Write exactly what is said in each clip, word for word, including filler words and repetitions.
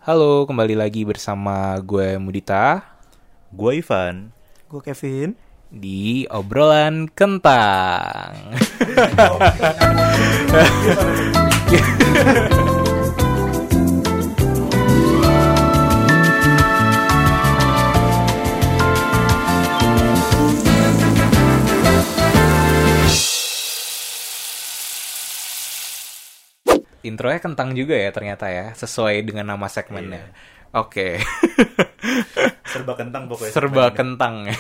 Halo, kembali lagi bersama gue Mudita Gue Ivan. Gue Kevin. di Obrolan Kentang. Intronya kentang juga ya ternyata ya, sesuai dengan nama segmennya. Iya. Oke. Serba kentang pokoknya. Serba kentang ya.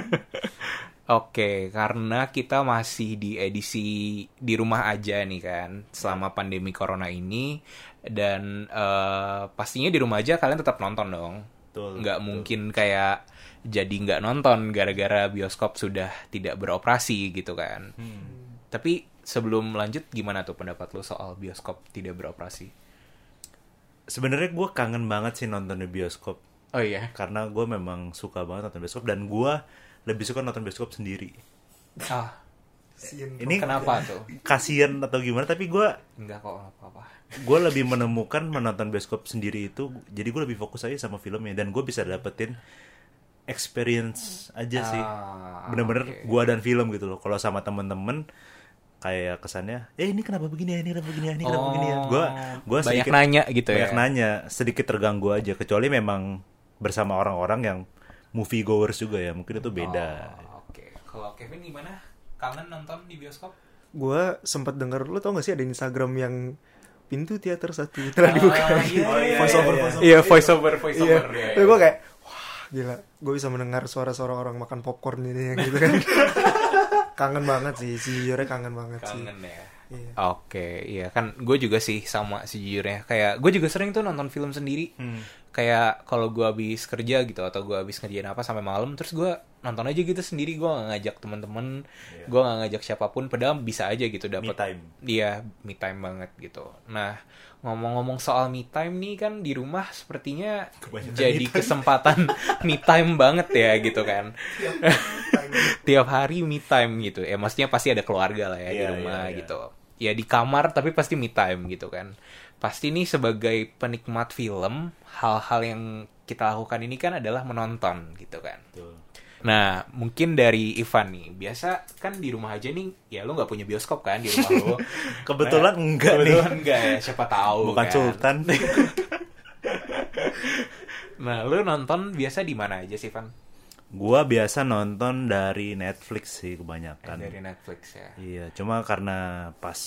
Oke, karena kita masih di edisi di rumah aja nih kan, selama pandemi corona ini. Dan uh, pastinya di rumah aja kalian tetap nonton dong. Betul, nggak betul. mungkin kayak jadi nggak nonton gara-gara bioskop sudah tidak beroperasi gitu kan. Hmm. Tapi sebelum lanjut, gimana tuh pendapat lo soal bioskop tidak beroperasi? Sebenarnya gue kangen banget sih nonton di bioskop. Oh iya? Karena gue memang suka banget nonton bioskop. Dan gue lebih suka nonton bioskop sendiri. Ah, Ini kenapa tuh? kasian atau gimana, tapi gue Enggak kok, apa-apa. gue lebih menemukan menonton bioskop sendiri itu. Jadi gue lebih fokus aja sama filmnya. Dan gue bisa dapetin experience aja sih. Ah, Bener-bener oke. gue dan film gitu loh. Kalau sama temen-temen kayak kesannya, eh ini kenapa begini ya, ini kenapa begini ya, ini kenapa Oh, begini ya. Gue gue banyak nanya gitu ya? banyak nanya, sedikit terganggu aja. Kecuali memang bersama orang-orang yang movie goers juga ya, mungkin itu beda. Oh, oke. Kalau Kevin gimana? Kangen nonton di bioskop? Gue sempat denger, lu tau gak sih ada Instagram yang pintu teater satu telah dibuka. Ah, iya, Oh, iya, voice over, iya, voice over. Iya, voice over, voice Iya. over. Iya, Terus iya. gue kayak, wah gila, gue bisa mendengar suara-suara orang makan popcorn ini yang gitu kan. Kangen banget sih, sejujurnya kangen banget sih. Kangen ya. Iya. Oke, iya kan gue juga sih sama sejujurnya. Kayak gue juga sering tuh nonton film sendiri. Hmm. Kayak kalau gue habis kerja gitu atau gue habis ngerjain apa sampai malam, terus gue nonton aja gitu sendiri. Gue gak ngajak teman-teman, Iya. gue gak ngajak siapapun. Padahal bisa aja gitu dapat. Me time. Iya, me time banget gitu. Nah, ngomong-ngomong soal me time nih kan di rumah sepertinya Kebanyakan jadi me time. kesempatan me time banget ya gitu kan. Tiap hari me time gitu. Ya maksudnya pasti ada keluarga lah ya di Iya, rumah iya, iya. gitu. Ya di kamar tapi pasti me time gitu kan. Pasti nih sebagai penikmat film, hal-hal yang kita lakukan ini kan adalah menonton gitu kan. Betul. Nah, mungkin dari Ivan nih, biasa kan di rumah aja nih, ya lo nggak punya bioskop kan di rumah lo. Kebetulan Nah, enggak nih. Kebetulan enggak ya, siapa tahu Bukan kan. sultan. Nah, lo nonton biasa di mana aja sih, Van? Gua biasa nonton dari Netflix sih kebanyakan. Eh, dari Netflix ya. Iya, cuma karena pas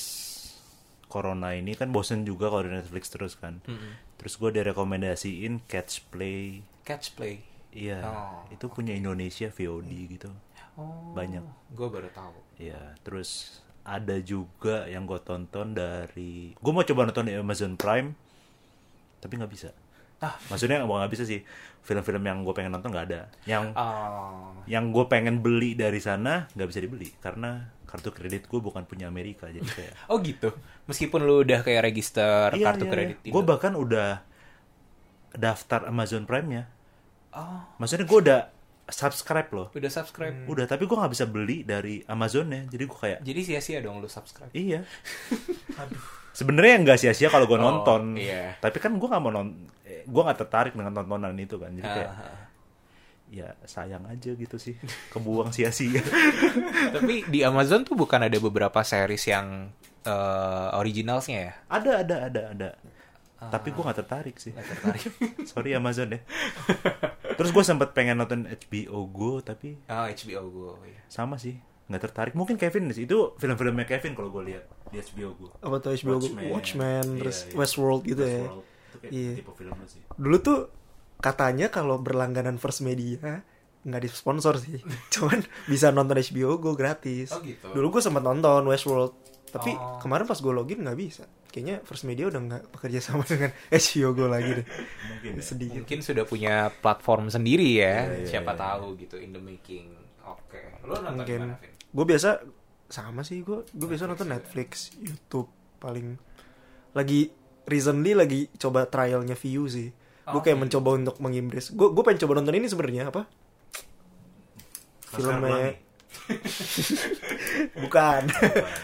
corona ini kan bosen juga kalau di Netflix terus kan. Mm-mm. Terus gue direkomendasiin Catch Play. Catch Play. Iya, Oh, itu punya Indonesia V O D gitu. Oh, Banyak. gue baru tahu. Iya, terus ada juga yang gue tonton dari, gue mau coba nonton di Amazon Prime, tapi nggak bisa. Ah. Maksudnya mau nggak bisa sih, film-film yang gue pengen nonton nggak ada. Yang Oh, yang gue pengen beli dari sana nggak bisa dibeli karena kartu kredit gue bukan punya Amerika, jadi kayak. oh gitu. Meskipun lu udah kayak register Iya, kartu iya, kredit iya. Gue Indo. bahkan udah daftar Amazon Prime-nya. Oh, Maksudnya gue udah subscribe loh. udah subscribe. Udah, tapi gue nggak bisa beli dari Amazon-nya. Jadi gue kayak, Jadi sia-sia dong lu subscribe. iya. Sebenarnya nggak sia-sia kalau gue Oh, nonton. iya. Tapi kan gue nggak mau nonton. Gue nggak tertarik dengan tontonan itu kan. Jadi kayak, Ah. ya sayang aja gitu sih. Kebuang sia-sia. Tapi di Amazon tuh bukan ada beberapa series yang eh, originalsnya ya? Ada, ada, ada, ada. Tapi gue nggak tertarik sih. Nggak tertarik. Sorry Amazon ya. Terus gue sempet pengen nonton H B O Go, tapi Oh, H B O Go. Ya. sama sih. Nggak tertarik. Mungkin Kevin sih. Itu film-filmnya Kevin kalau gue lihat di H B O Go. Apa tuh H B O Watchmen. Watchmen, Iya, terus iya. Westworld gitu ya. Westworld. Itu kayak Iya. tipe film lu sih. Dulu tuh katanya kalau berlangganan First Media nggak disponsor sih, cuman bisa nonton H B O Go gratis. Oh, gitu. Dulu gue sempat nonton Westworld, tapi Oh. kemarin pas gue login nggak bisa. Kayaknya First Media udah nggak bekerja sama dengan H B O Go lagi deh. Mungkin ya. Sedih. Mungkin sudah punya platform sendiri ya. Iya, iya, Siapa iya. tahu gitu in the making. Oke. Lu nonton Mungkin. di mana, Vin? Gue biasa sama sih, gue gue biasa nonton Netflix, YouTube paling. Lagi recently lagi coba trialnya Viu sih. Gue Oh, kayak Viu. mencoba untuk mengimbris. Gue gue pengen coba nonton ini sebenarnya apa? Filmnya bukan.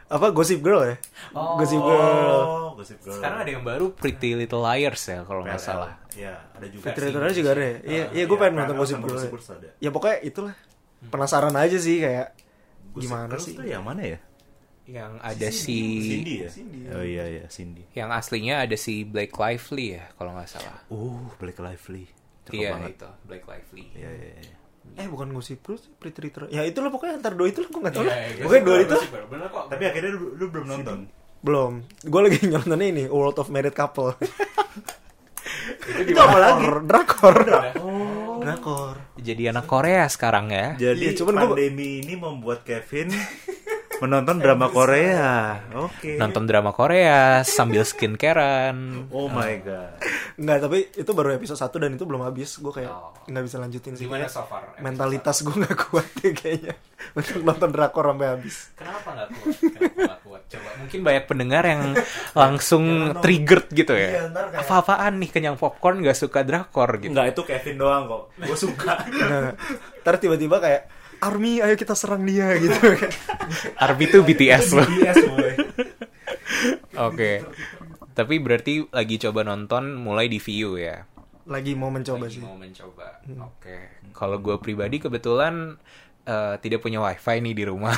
apa Gossip Girl ya? Oh. Gossip Girl. Oh, Gossip Girl. Sekarang ada yang baru Pretty Little Liars ya kalau nggak P L L. salah. Iya, ada juga. Fitri Little juga ada ya? Iya, iya gue iya, pengen nonton P L L Gossip sama Girl. Gossip ya. Girl ada. Ya pokoknya itulah. Penasaran aja sih kayak Gossip gimana Girl sih? tuh yang mana ya? Yang ada si, Cindy ya? Cindy. Oh iya iya, Cindy. yang aslinya ada si Blake Lively ya kalau nggak salah. Uh, Blake Lively. Cakep Iya banget. itu Blake Lively. Iya iya iya. Eh bukan Gossip Girl, Pretty Little. Ya itulah pokoknya antar dua itu lah gue nggak tahu Iya, lah. iya, Pokoknya dua Gossip itu Girl, bener kok. Tapi akhirnya lu, lu belum nonton. belum. Gue lagi nyontonnya ini World of Married Couple. Itu Itu apa lagi? Drakor. Oh. Drakor. Jadi anak Korea sekarang ya. Jadi Iya, cuman gua- pandemi ini membuat Kevin menonton drama Korea. Oke. Nonton drama Korea sambil skincarean. Oh my god. Enggak, tapi itu baru episode satu dan itu belum habis. Gue kayak Oh. nggak bisa lanjutin sih. Gimana Kayak so far episode mentalitas gue nggak kuat deh kayaknya untuk nonton drakor sampai habis. Kenapa nggak kuat? Kenapa nggak kuat? Coba mungkin banyak pendengar yang langsung triggered gitu ya. Iya, ntar kayak- Apa-apaan nih kenyang popcorn nggak suka drakor gitu. Enggak, itu Kevin doang kok. Gue suka. Nah, ntar tiba-tiba kayak Army, ayo kita serang dia gitu kan. Army tuh B T S loh. B T S boy. Oke. Tapi berarti lagi coba nonton mulai di Viu ya. Lagi mau mencoba Lagi sih. mau mencoba. Oke. Kalau gue pribadi kebetulan eh, tidak punya wifi nih di rumah.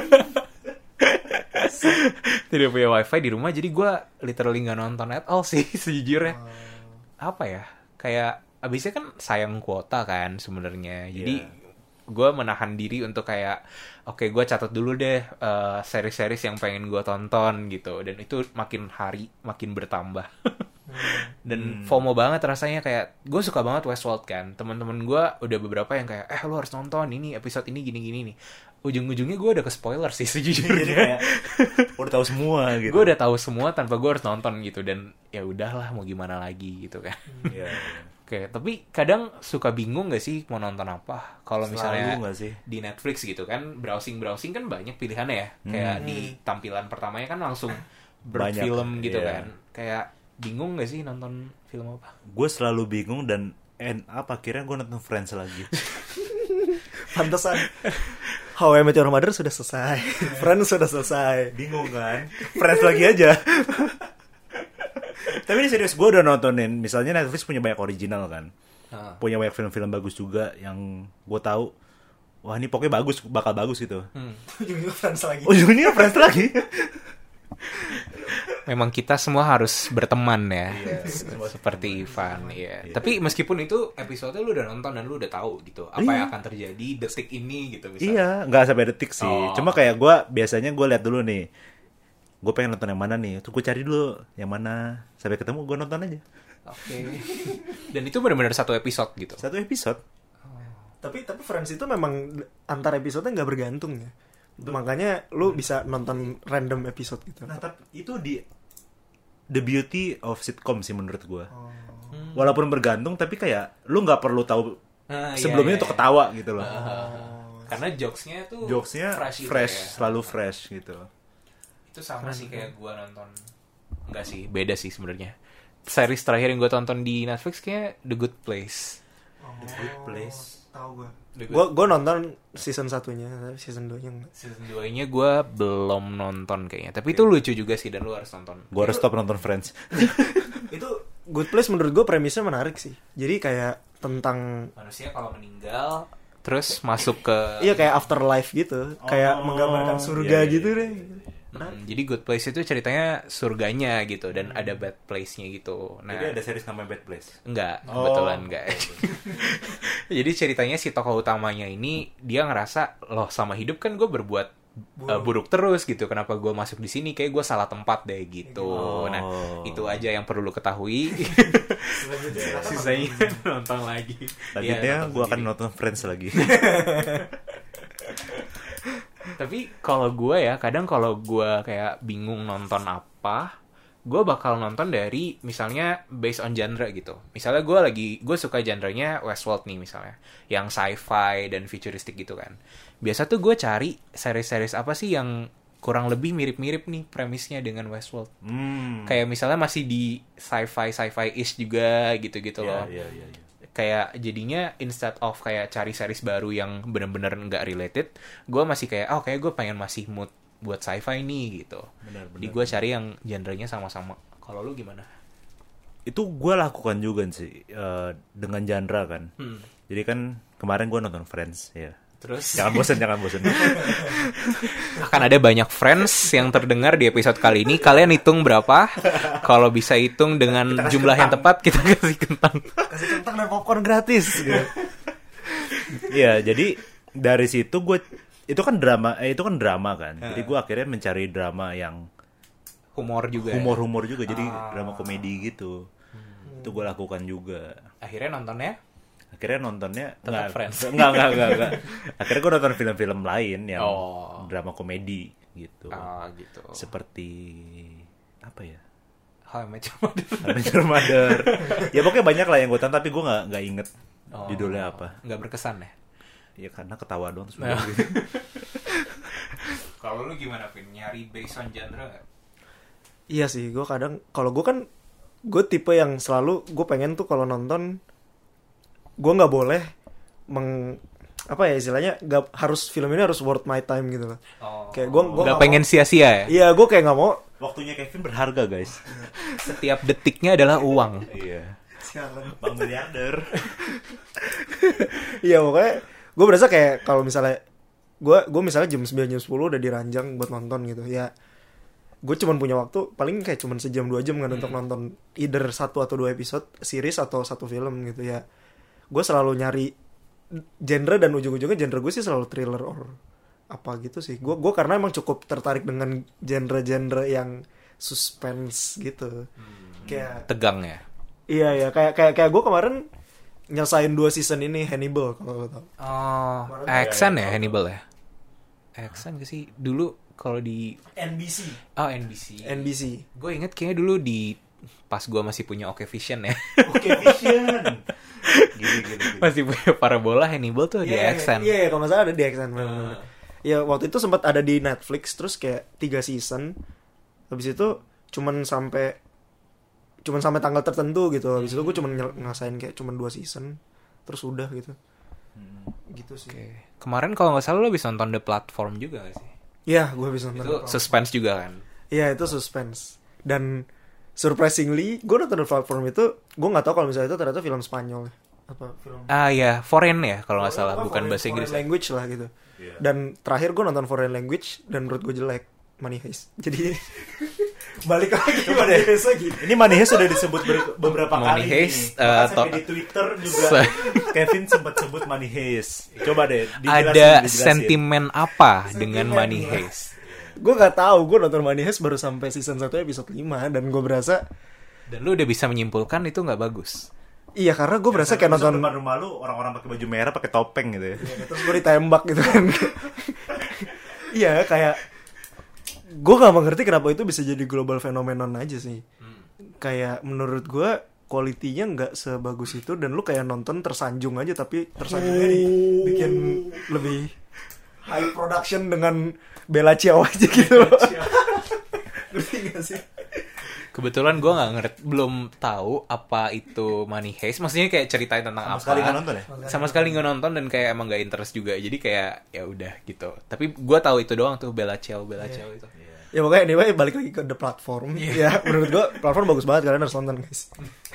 Tidak punya wifi di rumah, jadi gue literally nggak nonton at all sih sejujurnya. Apa ya? Kayak abisnya kan sayang kuota kan sebenarnya. Jadi Iya. gue menahan diri untuk kayak oke gue catat dulu deh eh, seri-series yang pengen gue tonton gitu, dan itu makin hari makin bertambah. Dan FOMO banget rasanya, kayak gue suka banget Westworld kan, teman-teman gue udah beberapa yang kayak eh lu harus nonton ini episode ini gini-gini nih, ujung-ujungnya gue udah ke spoiler sih Jadi sejujurnya. kayak udah tahu semua gitu. Gue udah tahu semua tanpa gue harus nonton gitu, dan ya udahlah mau gimana lagi gitu kan. Iya. Oke, tapi kadang suka bingung gak sih mau nonton apa? Kalau misalnya Selalu nggak sih? di Netflix gitu kan, browsing-browsing kan banyak pilihannya ya. Kayak di tampilan pertamanya kan langsung Banyak, berfilm gitu iya. kan. Kayak bingung gak sih nonton film apa? Gue selalu bingung dan end up akhirnya gue nonton Friends lagi. Pantesan. How I Met Your Mother sudah selesai. Friends sudah selesai. Bingung kan? Friends lagi aja. Tapi ini serius, gue udah nontonin. Misalnya Netflix punya banyak original kan, Ah. punya banyak film-film bagus juga yang gue tahu. Wah ini pokoknya bagus, bakal bagus gitu. Hmm. Ujung-ujungnya Friends lagi. Ujungnya Friends lagi. Memang kita semua harus berteman ya. Iya, semua Seperti Ivan, ya. Iya. Tapi meskipun itu episode lu udah nonton dan lu udah tahu gitu, apa Iya. yang akan terjadi detik ini gitu misalnya. Iya, nggak sampai detik sih. Oh. Cuma kayak gue biasanya gue lihat dulu nih. Gue pengen nonton yang mana nih. Terus gue cari dulu yang mana. Sampai ketemu gue nonton aja. Oke. Dan itu benar-benar satu episode gitu. Satu episode. Tapi tapi Friends itu memang antar episodenya nggak bergantung ya. Makanya lu bisa nonton random episode gitu. Nah, tapi itu di the beauty of sitcom sih menurut gue. Oh. Walaupun bergantung, tapi kayak lu nggak perlu tahu Ah, iya, sebelumnya iya, untuk iya. ketawa gitu loh. Karena jokesnya tuh Jokesnya fresh, fresh, gitu ya. selalu fresh gitu. Itu sama sih kayak gue nonton. Enggak sih, beda sih sebenarnya. Series terakhir yang gue tonton di Netflix kayak The Good Place. The Good Place. Tahu gue. The Good Gue gue nonton season satunya, tapi season dua-nya enggak. Season dua-nya gue belum nonton kayaknya. Tapi itu lucu juga sih dan lu harus nonton. Gue harus stop nonton Friends. Itu Good Place menurut gue premisnya menarik sih. Jadi kayak tentang Manusia kalau meninggal terus masuk ke iya kayak afterlife gitu, kayak Oh, menggambarkan surga iya, iya, gitu iya, deh. Hmm, jadi Good Place itu ceritanya surganya gitu dan ada bad place-nya gitu. Nah, Jadi ada series namanya Bad Place. enggak, Oh. kebetulan enggak. Jadi ceritanya si tokoh utamanya ini dia ngerasa loh sama hidup kan gue berbuat buruk, buruk terus gitu. Kenapa gue masuk di sini? Kayak gue salah tempat deh gitu. Oh. Nah itu aja yang perlu lu ketahui. Sisanya nonton lagi. Selanjutnya Ya, gue akan sendiri. nonton Friends lagi. Tapi kalau gue ya kadang kalau gue kayak bingung nonton apa, gue bakal nonton dari misalnya based on genre gitu. Misalnya gue lagi gue suka genrenya Westworld nih misalnya, yang sci-fi dan futuristik gitu kan. Biasa tuh gue cari series-series apa sih yang kurang lebih mirip-mirip nih premisnya dengan Westworld. Hmm. Kayak misalnya masih di sci-fi sci-fi ish juga gitu-gitu loh. Iya, iya, iya. Kayak jadinya instead of kayak cari series baru yang bener-bener nggak related, gue masih kayak oh kayak gue pengen masih mood buat sci-fi nih gitu. Benar, benar. Jadi gue cari yang genrenya sama-sama. Kalau lu gimana? Itu gue lakukan juga sih uh, dengan genre kan. Hmm. Jadi kan kemarin gue nonton Friends ya. Terus Jangan bosan, jangan bosan. akan ada banyak friends yang terdengar di episode kali ini. Kalian hitung berapa? Kalau bisa hitung dengan jumlah yang tepat, kita kasih kentang. Kasih kentang dan popcorn gratis gitu. Iya, jadi dari situ gue itu kan drama, eh, itu kan drama kan. Jadi gue akhirnya mencari drama yang Humor juga. humor-humor juga, jadi Ah. drama komedi gitu. Hmm. Itu gue lakukan juga. Akhirnya nontonnya Akhirnya nontonnya Tetap nggak, Friends. Enggak, enggak, enggak, enggak. Akhirnya gue nonton film-film lain yang Oh. drama komedi gitu. ah gitu. Seperti apa ya? How I Met Your Mother. How I Met Your Mother. Ya pokoknya banyak lah yang gue tonton, tapi gue nggak nggak inget Oh. judulnya apa. Nggak berkesan ya? Ya karena ketawa doang terus Nah. udah gitu. Kalau lu gimana, Vin? Nyari based on genre nggak? Iya sih, gue kadang kalau gue kan gue tipe yang selalu gue pengen tuh kalau nonton gue nggak boleh meng apa ya istilahnya nggak harus film ini harus worth my time gitu loh. Oh. Kayak gue gue Nggak pengen sia-sia ya? Iya, gue kayak nggak mau. Waktunya Kevin berharga guys. Setiap detiknya adalah uang. Iya. Bang miliarder. Iya pokoknya gue berasa kayak kalau misalnya gue gue misalnya jam sembilan jam sepuluh udah diranjang buat nonton gitu ya. Gue cuman punya waktu paling kayak cuman sejam dua jam kan Hmm. untuk nonton either satu atau dua episode series atau satu film gitu ya. Gue selalu nyari genre dan ujung-ujungnya genre gue sih selalu thriller or apa gitu sih. Gue gue karena emang cukup tertarik dengan genre-genre yang suspense gitu. Kayak Tegang ya? iya ya kayak kayak kayak gue kemarin nyelesain dua season ini Hannibal kalau lo tau. Oh, Action ya Hannibal ya? Action gak sih? Dulu kalau di N B C. oh N B C. N B C. Gue inget kayaknya dulu di pas gue masih punya Oke Vision ya. Oke Vision. Gini, gini, gini. Masih punya parabola Hannibal tuh di Iya, Action. Iya, iya, kalau nggak salah ada di Action. bener-bener. Ya waktu itu sempat ada di Netflix terus kayak tiga season. Habis itu cuman sampai cuman sampai tanggal tertentu gitu. Habis itu gue cuman nyel- ngasain kayak cuman dua season. Terus udah gitu. Gitu sih. Oke. Kemarin kalau nggak salah lo bisa nonton The Platform juga gak sih? Iya, gue bisa nonton. Itu suspense juga kan? Iya, itu suspense. Dan surprisingly, gue nonton The Platform itu, gue nggak tahu kalau misalnya itu ternyata film Spanyol. Apa film? Ah ya, foreign ya kalau nggak salah, Apa, bukan foreign- bahasa Inggris. foreign language lah gitu. Iya. Dan terakhir gue nonton foreign language dan menurut gue jelek. Money Heist. Jadi balik lagi Coba Money deh. Heist lagi. Ini Money Heist sudah disebut ber- beberapa Money kali Heist, nih. eh, Bahkan sampai to- di Twitter juga Kevin sempat sebut Money Heist. Coba deh dijelasin, Ada dijelasin. sentimen apa dengan Sentimen, Money ya. Heist? Gue gak tahu, gue nonton Money Heist baru sampai season satu episode lima dan gue berasa Dan lu udah bisa menyimpulkan itu nggak bagus. iya karena gue berasa kayak Terus nonton depan rumah lu orang-orang pakai baju merah pakai topeng gitu ya. terus gue ditembak gitu kan. Iya kayak gue gak mengerti kenapa itu bisa jadi global phenomenon aja sih. Kayak menurut gue kualitinya nggak sebagus itu dan lu kayak nonton tersanjung aja tapi tersanjungnya dibikin lebih high production dengan Bella Ciao aja gitu loh. Ngerti gak sih? Kebetulan gue nggak ngerti, belum tahu apa itu Money Heist. Maksudnya kayak ceritain tentang Sama apa? sekali nggak nonton ya? Sama sekali nggak nonton dan kayak emang nggak interest juga. Jadi kayak ya udah gitu. Tapi gue tahu itu doang tuh Bella Ciao, Bella Ciao itu. Ya makanya anyway balik lagi ke The Platform. Ya menurut gue platform bagus banget kalian harus nonton guys.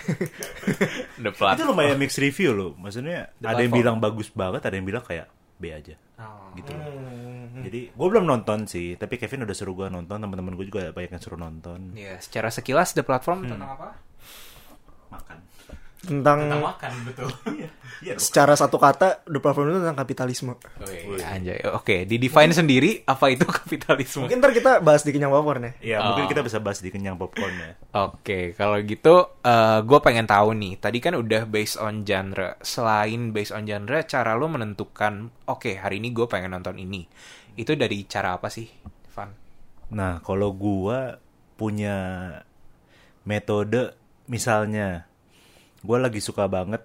The Itu Platform. lumayan mixed review loh. Maksudnya The ada yang Platform. bilang bagus banget, ada yang bilang kayak B aja. Oh. Gitu loh. Jadi gue belum nonton sih, tapi Kevin udah suruh gue nonton, teman-teman gue juga banyak yang suruh nonton. Ya, secara sekilas The Platform tentang apa? Makan. Tentang, makan, betul. Iya. secara satu kata The Platform itu tentang kapitalisme. Oke, anjay. Oke, di define sendiri apa itu kapitalisme. Mungkin ntar kita bahas di Kenyang Popcorn ya. Ya Oh. mungkin kita bisa bahas di kenyang popcorn ya. Oke, kalau gitu gue pengen tahu nih. Tadi kan udah based on genre. Selain based on genre, cara lo menentukan, oke hari ini gue pengen nonton ini. Itu dari cara apa sih, Van? Nah kalau gue punya metode, misalnya gue lagi suka banget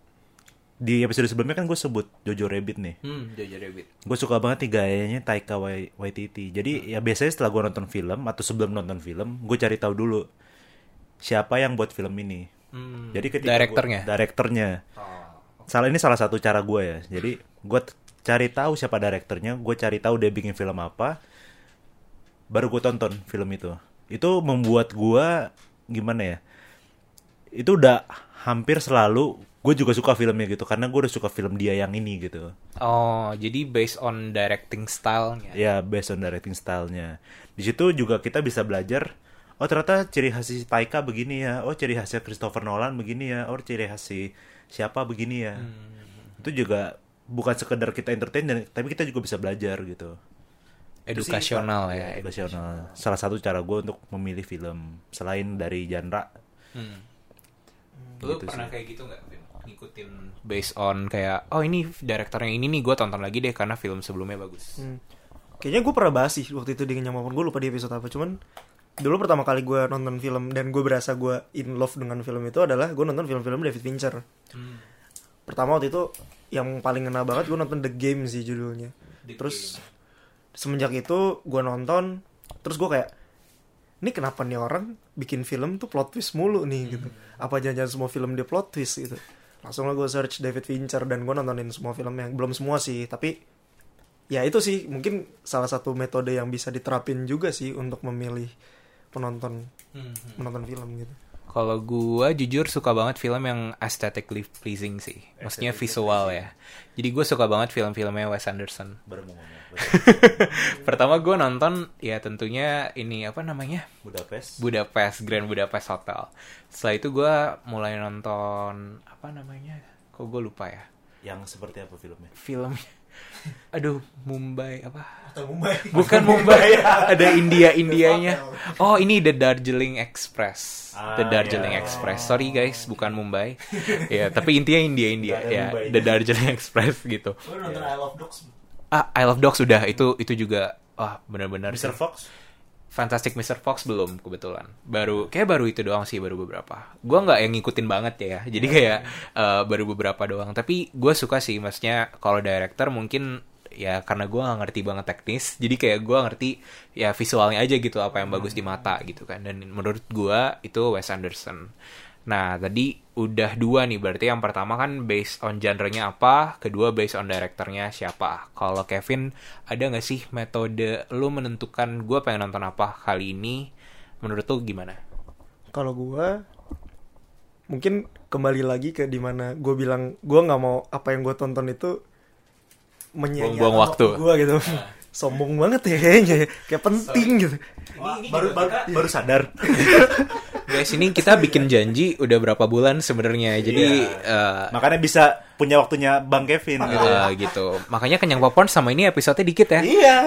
di episode sebelumnya kan gue sebut Jojo Rabbit nih. Hmm, Jojo Rabbit. Gue suka banget nih gayanya Taika Wai- Waititi. Jadi ya biasanya setelah gue nonton film atau sebelum nonton film, gue cari tahu dulu siapa yang buat film ini. Hmm, Jadi ketika direkturnya? gua, direkturnya. Oh. Salah ini salah satu cara gue ya. Jadi gue t- cari tahu siapa direkturnya, gue cari tahu dia bikin film apa. baru gue tonton film itu. Itu membuat gue gimana ya? Itu udah hampir selalu gue juga suka filmnya gitu karena gue udah suka film dia yang ini gitu. Oh, jadi based on directing style-nya. Ya, based on directing style-nya. Di situ juga kita bisa belajar, oh ternyata ciri khas si Taika begini ya, oh ciri khasnya Christopher Nolan begini ya, oh ciri khas si siapa begini ya. Hmm. Itu juga bukan sekedar kita entertain, dan, tapi kita juga bisa belajar gitu. Edukasional sih, ya. Edukasional. Salah satu cara gue untuk memilih film selain dari genre. Hmm. Lu Gitu pernah sih. kayak gitu nggak, Vin? Ngikutin based on kayak, oh ini direktornya ini nih, gue tonton lagi deh karena film sebelumnya bagus. Hmm. Kayaknya gue pernah bahas sih waktu itu di Kenyang Popcorn. Gue lupa di episode apa. Cuman dulu pertama kali gue nonton film dan gue berasa gue in love dengan film itu adalah gue nonton film-film David Fincher. Hmm. Pertama waktu itu yang paling ngena banget gue nonton The Game sih judulnya. The terus Game. Semenjak itu gue nonton, terus gue kayak, ini kenapa nih orang bikin film tuh plot twist mulu nih hmm. gitu. Apa jangan-jangan semua film dia plot twist gitu. Langsung lah gue search David Fincher dan gue nontonin semua filmnya. Belum semua sih, tapi ya itu sih mungkin salah satu metode yang bisa diterapin juga sih untuk memilih penonton hmm. menonton film gitu. Kalau gue jujur suka banget film yang aesthetically pleasing sih. Maksudnya visual ya. Jadi gue suka banget film-filmnya Wes Anderson. Baru mau ngomong. Pertama gue nonton ya tentunya ini apa namanya? Budapest. Budapest, Grand Budapest Hotel. Setelah itu gue mulai nonton apa namanya? Kok gue lupa ya? Yang seperti apa filmnya? Filmnya. Aduh, Mumbai apa? Atau Mumbai. Bukan Mumbai. Ada India-Indianya. Oh, ini The Darjeeling Express. Ah, The Darjeeling yeah. Express. Sorry guys, bukan Mumbai. Ya, tapi intinya India-India ya. The Darjeeling Express gitu. Lu nonton I Love Dogs? Ah, I Love Dogs sudah. Itu itu juga wah, benar-benar mister Fox? Fantastic mister Fox belum kebetulan. Baru kayak baru itu doang sih, baru beberapa. Gua nggak yang ngikutin banget ya. Jadi kayak uh, baru beberapa doang. Tapi gue suka sih, maksudnya kalau director mungkin ya karena gue nggak ngerti banget teknis. Jadi kayak gue ngerti ya visualnya aja gitu, apa yang bagus di mata gitu kan. Dan menurut gue itu Wes Anderson. Nah, tadi udah dua nih, berarti yang pertama kan based on genre-nya apa, kedua based on directornya siapa. Kalau Kevin, ada nggak sih metode lu menentukan gue pengen nonton apa kali ini, menurut lu gimana? Kalau gue, mungkin kembali lagi ke dimana gue bilang, gue gak mau apa yang gue tonton itu menyia-nyiakan buang waktu gue gitu. Sombong banget ya kayaknya, kayak penting Sorry. gitu. Wah, ini, ini baru baru, kita... baru sadar. Guys, ini kita bikin janji udah berapa bulan sebenarnya. Jadi yeah. uh, makanya bisa punya waktunya Bang Kevin uh, gitu. Uh, gitu. Makanya Kenyang Popcorn sama ini episode-nya dikit ya. Iya.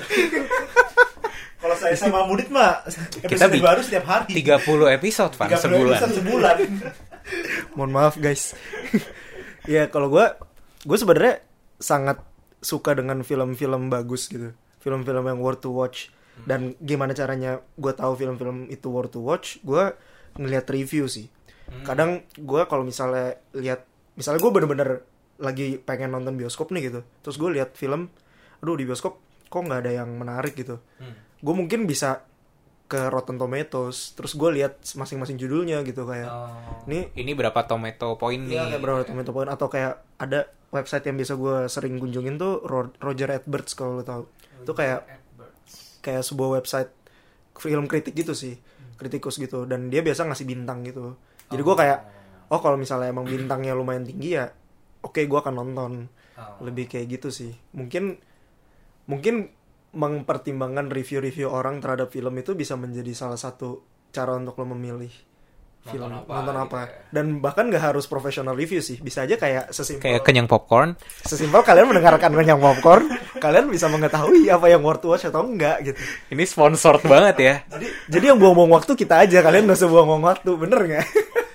Kalau saya sama Mudit mah kita episode baru setiap hari. tiga puluh episode Van sebulan. Episode sebulan. Mohon maaf guys. Ya kalau gue gue sebenarnya sangat suka dengan film-film bagus gitu, film-film yang worth to watch. Dan gimana caranya gue tahu film-film itu worth to watch? Gue ngeliat review sih. Kadang gue kalau misalnya lihat, misalnya gue bener-bener lagi pengen nonton bioskop nih gitu, terus gue lihat film, aduh di bioskop kok nggak ada yang menarik gitu. Gue mungkin bisa ke Rotten Tomatoes, terus gue lihat masing-masing judulnya gitu kayak, oh, ini ini berapa tomato point nih? Iya, kayak berapa tomato point, atau kayak ada website yang biasa gue sering kunjungin tuh Roger Edwards kalau lo tau. Itu kayak kayak sebuah website film kritik gitu sih, kritikus gitu, dan dia biasa ngasih bintang gitu. Jadi gue kayak, oh kalau misalnya emang bintangnya lumayan tinggi ya, oke okay, gue akan nonton. Lebih kayak gitu sih. Mungkin mungkin mempertimbangkan review-review orang terhadap film itu bisa menjadi salah satu cara untuk lo memilih film nonton apa, nonton apa. Gitu ya. Dan bahkan gak harus profesional review sih, bisa aja kayak sesimpel kayak Kenyang Popcorn, sesimpel kalian mendengarkan Kenyang Popcorn, kalian bisa mengetahui apa yang worth to watch atau enggak gitu. Ini sponsored banget ya. Jadi jadi yang buang-buang waktu kita aja, kalian gak usah buang-buang waktu, bener nggak?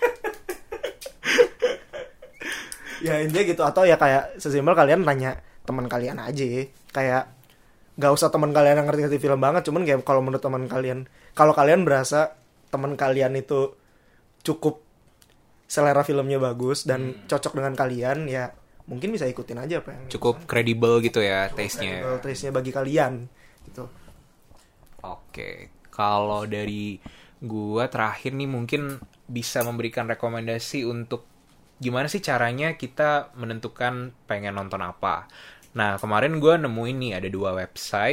Ya intinya gitu. Atau ya kayak sesimpel kalian tanya teman kalian aja, kayak gak usah teman kalian yang ngerti-ngerti film banget, cuman kayak kalau menurut teman kalian, kalau kalian berasa teman kalian itu cukup selera filmnya bagus dan hmm. cocok dengan kalian, ya mungkin bisa ikutin aja apa yang cukup kredibel gitu ya taste-nya. Taste-nya bagi kalian gitu. Oke, kalau dari gua terakhir nih mungkin bisa memberikan rekomendasi untuk gimana sih caranya kita menentukan pengen nonton apa. Nah, kemarin gua nemuin nih ada dua website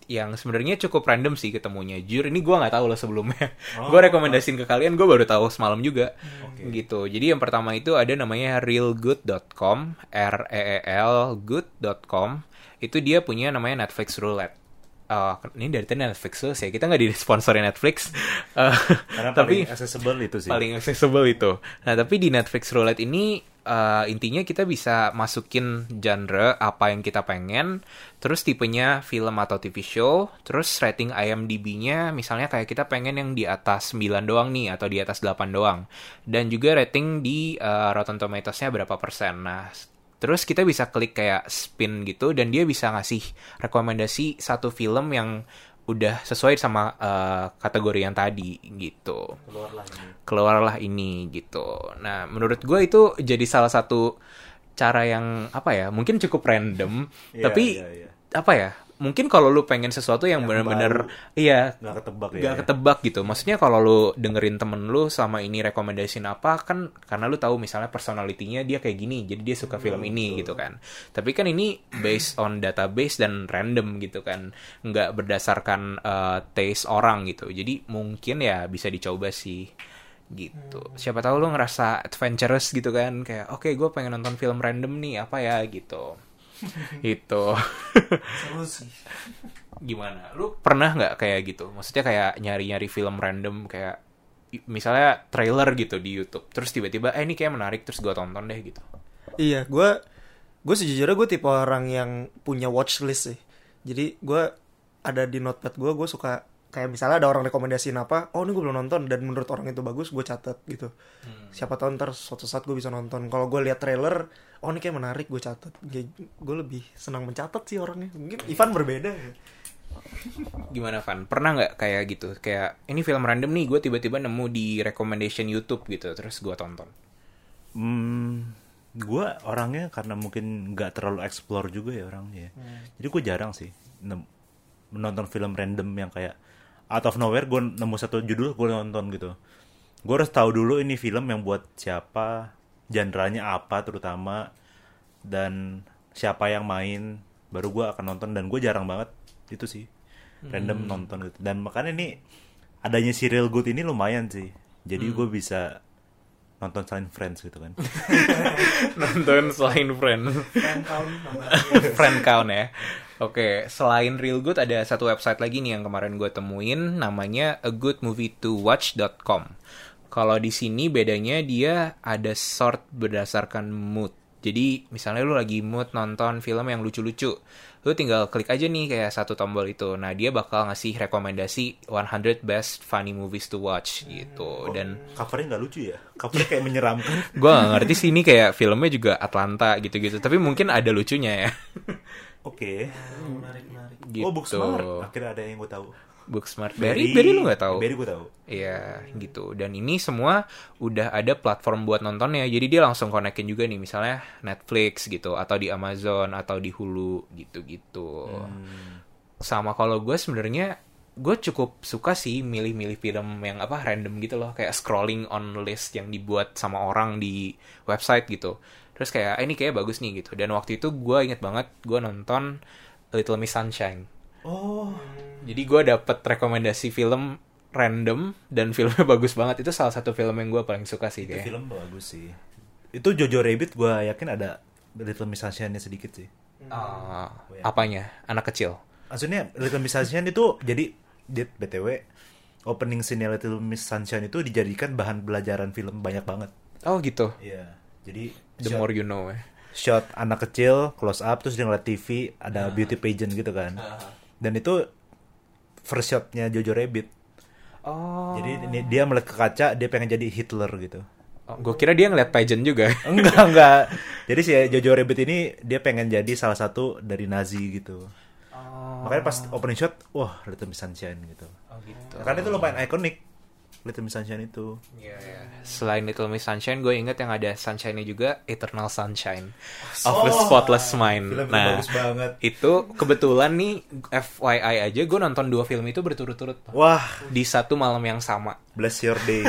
yang sebenarnya cukup random sih ketemunya. Jujur ini gue nggak tahu loh sebelumnya. Oh, Gue rekomendasiin ke kalian, gue baru tahu semalam juga. Okay. Gitu. Jadi yang pertama itu ada namanya real good dot com, R E E L good dot com. Itu dia punya namanya Netflix Roulette. Uh, ini dari tadi Netflix tuh ya, kita nggak disponsori Netflix. Uh, Karena tapi paling accessible itu sih. paling accessible itu. Nah tapi di Netflix Roulette ini uh, intinya kita bisa masukin genre apa yang kita pengen, terus tipenya film atau T V show, terus rating I M D B-nya misalnya kayak kita pengen yang di atas sembilan doang nih atau di atas delapan doang, dan juga rating di uh, Rotten Tomatoes-nya berapa persen. Nah terus kita bisa klik kayak spin gitu, dan dia bisa ngasih rekomendasi satu film yang udah sesuai sama uh, kategori yang tadi gitu. Keluarlah ini. Keluarlah ini gitu. Nah, menurut gue itu jadi salah satu cara yang apa ya? Mungkin cukup random, Iya, tapi iya, iya. apa ya? Mungkin kalau lu pengen sesuatu yang, Yang benar-benar baru. iya, Nggak ketebak ya. gak ketebak gitu. Maksudnya kalau lu dengerin temen lu sama ini rekomendasiin apa kan, karena lu tahu misalnya personality-nya dia kayak gini, jadi dia suka film ini gitu kan. Tapi kan ini based on database dan random gitu kan, nggak berdasarkan uh, taste orang gitu. Jadi mungkin ya bisa dicoba sih gitu. Siapa tahu lu ngerasa adventurous gitu kan, kayak oke okay, gue pengen nonton film random nih apa ya gitu. Itu Seru sih. gimana? Lu pernah nggak kayak gitu? Maksudnya kayak nyari-nyari film random kayak misalnya trailer gitu di YouTube, terus tiba-tiba eh ini kayak menarik, terus gue tonton deh gitu. Iya, gue gue sejujurnya gue tipe orang yang punya watchlist sih. Jadi gue ada di notepad gue, gue suka kayak misalnya ada orang rekomendasiin apa, oh ini gue belum nonton dan menurut orang itu bagus, gue catat gitu. Hmm. Siapa tahu ntar suatu saat gue bisa nonton. Kalau gue lihat trailer, oh ini kayak menarik, gue catat. Gue lebih senang mencatat sih orangnya. Mungkin Ivan berbeda. Gimana Van? Pernah nggak kayak gitu? Kayak ini film random nih, gue tiba-tiba nemu di recommendation YouTube gitu, terus gue tonton. Hmm, gue orangnya karena mungkin nggak terlalu explore juga ya orangnya. Hmm. Jadi gue jarang sih nem- menonton film random yang kayak out of nowhere gue nemu satu judul gue nonton gitu. Gue harus tahu dulu ini film yang buat siapa, genre-nya apa terutama, dan siapa yang main, baru gue akan nonton. Dan gue jarang banget itu sih random hmm. nonton gitu. Dan makanya nih adanya serial good ini lumayan sih. Jadi hmm. gue bisa nonton selain Friends gitu kan. Nonton selain Friends. Friend count. Friend count ya. Oke, selain Real Good ada satu website lagi nih yang kemarin gue temuin, namanya a good movie to watch dot com. Kalau di sini bedanya dia ada sort berdasarkan mood. Jadi misalnya lu lagi mood nonton film yang lucu-lucu, lu tinggal klik aja nih kayak satu tombol itu. Nah dia bakal ngasih rekomendasi one hundred best funny movies to watch gitu. Dan covernya nggak lucu ya? Covernya kayak menyeramkan. Gue nggak ngerti sih ini kayak filmnya juga Atlanta gitu-gitu. Tapi mungkin ada lucunya ya. Oke. Okay. Menarik, menarik. Gitu. Oh, Booksmart. Akhirnya ada yang gue tahu. Booksmart. Berry, Berry lu nggak tahu? Berry gue tahu. Iya, gitu. Dan ini semua udah ada platform buat nontonnya. Jadi dia langsung konekin juga nih, misalnya Netflix gitu, atau di Amazon, atau di Hulu, gitu-gitu. Hmm. Sama kalau gue sebenarnya gue cukup suka sih milih-milih film yang apa random gitu loh, kayak scrolling on list yang dibuat sama orang di website gitu. Terus kayak, ah, ini kayak bagus nih gitu. Dan waktu itu gue inget banget, gue nonton Little Miss Sunshine. Oh. Jadi gue dapet rekomendasi film random, dan filmnya bagus banget. Itu salah satu film yang gue paling suka sih. Itu kayak. film bagus sih. Itu Jojo Rabbit gue yakin ada Little Miss Sunshine-nya sedikit sih. Uh, apanya? Anak kecil? Maksudnya Little Miss Sunshine itu, jadi B T W opening scene Little Miss Sunshine itu dijadikan bahan pelajaran film banyak banget. Oh gitu? Iya. Jadi The shot, more you know ya. shot anak kecil close up terus dia ngeliat T V ada uh, beauty pageant gitu kan. Uh, Dan itu first shotnya Jojo Rabbit. Oh. Jadi ini dia melihat ke kaca, dia pengen jadi Hitler gitu. Oh, gue kira dia ngeliat pageant juga. Enggak, enggak. Jadi si Jojo Rabbit ini dia pengen jadi salah satu dari Nazi gitu. Oh. Makanya pas opening shot, wah Little Miss Sunshine gitu. Oh gitu. Karena itu lumayan ikonik. Little Miss Sunshine itu. Iya, yeah, yeah. Selain Little Miss Sunshine, gue inget yang ada Sunshine-nya juga, Eternal Sunshine oh, of the Spotless Mind. Film nah, bagus banget. Itu kebetulan nih, F Y I aja, gue nonton dua film itu berturut-turut. Wah, di satu malam yang sama. Bless your day.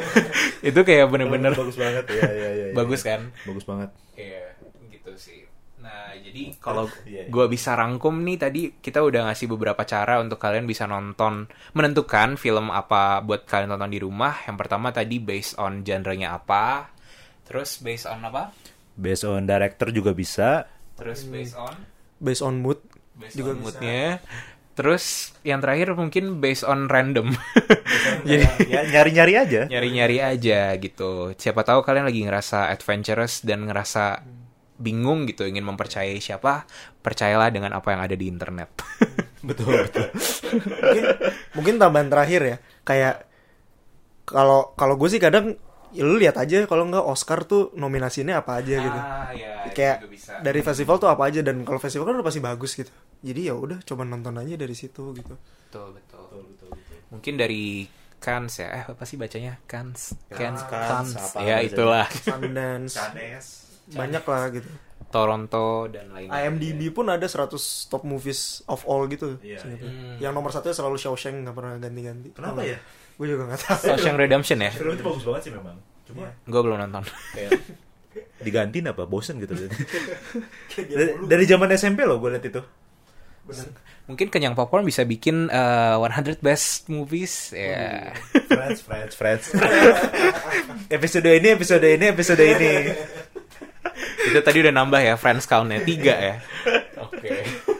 Itu kayak bener-bener bagus banget, ya, ya, ya. Bagus kan? Bagus banget. Iya, gitu sih. Nah, jadi kalau Iya, iya. gue bisa rangkum nih, tadi kita udah ngasih beberapa cara untuk kalian bisa nonton, menentukan film apa buat kalian tonton di rumah. Yang pertama tadi based on genre-nya apa, terus based on apa, Based on director juga bisa. terus based on Based on mood based juga on bisa. moodnya, terus yang terakhir mungkin based on random. Jadi ya nyari-nyari aja. Nyari-nyari aja gitu. Siapa tahu kalian lagi ngerasa adventurous dan ngerasa bingung gitu, ingin mempercayai siapa, percayalah dengan apa yang ada di internet. Betul, betul. mungkin mungkin tambahan terakhir ya, kayak kalau kalau gue sih kadang ya lu lihat aja kalau nggak Oscar tuh nominasinya apa aja gitu. Ah, ya, itu Kayak juga bisa. dari festival tuh apa aja, dan kalau festival kan udah pasti bagus gitu. Jadi ya udah coba nonton aja dari situ gitu. Betul, betul. Mungkin dari Cannes ya, eh apa sih bacanya? Cannes, Cannes, Cannes, Cannes. apa Ya bacanya? itulah. Sundance banyak lah gitu. Toronto dan lain-lain. I M D B pun ada seratus top movies of all gitu. Iya, seingat gue. iya. Yang nomor satu selalu Shawshank, nggak pernah ganti-ganti. Kenapa ya? Gue juga nggak tahu. Shawshank Redemption ya? Film itu bagus banget sih memang. Cuma Gue belum nonton. kayak digantiin apa? Bosen gitu. dari, dari zaman S M P loh gue liat itu. Mungkin Kenyang Popcorn bisa bikin uh, seratus Best Movies ya. Friends, friends, friends. Episode ini, episode ini, episode ini. Itu tadi udah nambah ya friends count-nya tiga ya. Oke.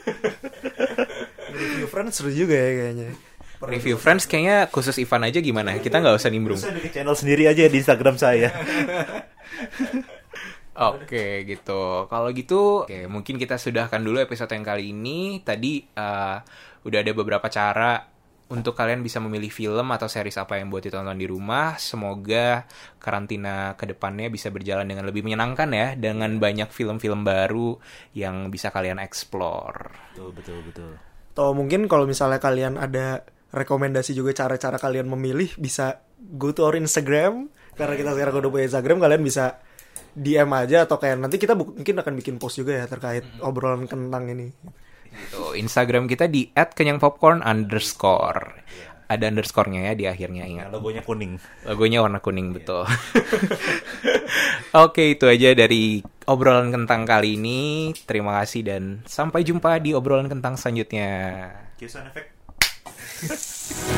Review Friends seru juga ya kayaknya. Review Friends kayaknya khusus Ivan aja gimana? Kita nggak usah nimbrung. Saya bikin channel sendiri aja di Instagram saya. Oke gitu. Kalau gitu, oke, mungkin kita sudahkan dulu episode yang kali ini. Tadi uh, udah ada beberapa cara untuk kalian bisa memilih film atau series apa yang buat ditonton di rumah. Semoga karantina kedepannya bisa berjalan dengan lebih menyenangkan ya, dengan banyak film-film baru yang bisa kalian explore. Betul, betul, betul. Atau mungkin kalau misalnya kalian ada rekomendasi juga cara-cara kalian memilih, bisa go to our Instagram. Karena kita sekarang udah punya Instagram, kalian bisa D M aja, atau kayak nanti kita bu- mungkin akan bikin post juga ya terkait obrolan kentang ini. Gitu. Instagram kita di at kenyangpopcorn underscore. Ada underscore-nya ya di akhirnya, ingat. Yang logonya kuning. Logonya warna kuning, betul. Oke, itu aja dari obrolan kentang kali ini. Terima kasih dan sampai jumpa di obrolan kentang selanjutnya. Kill sound effect.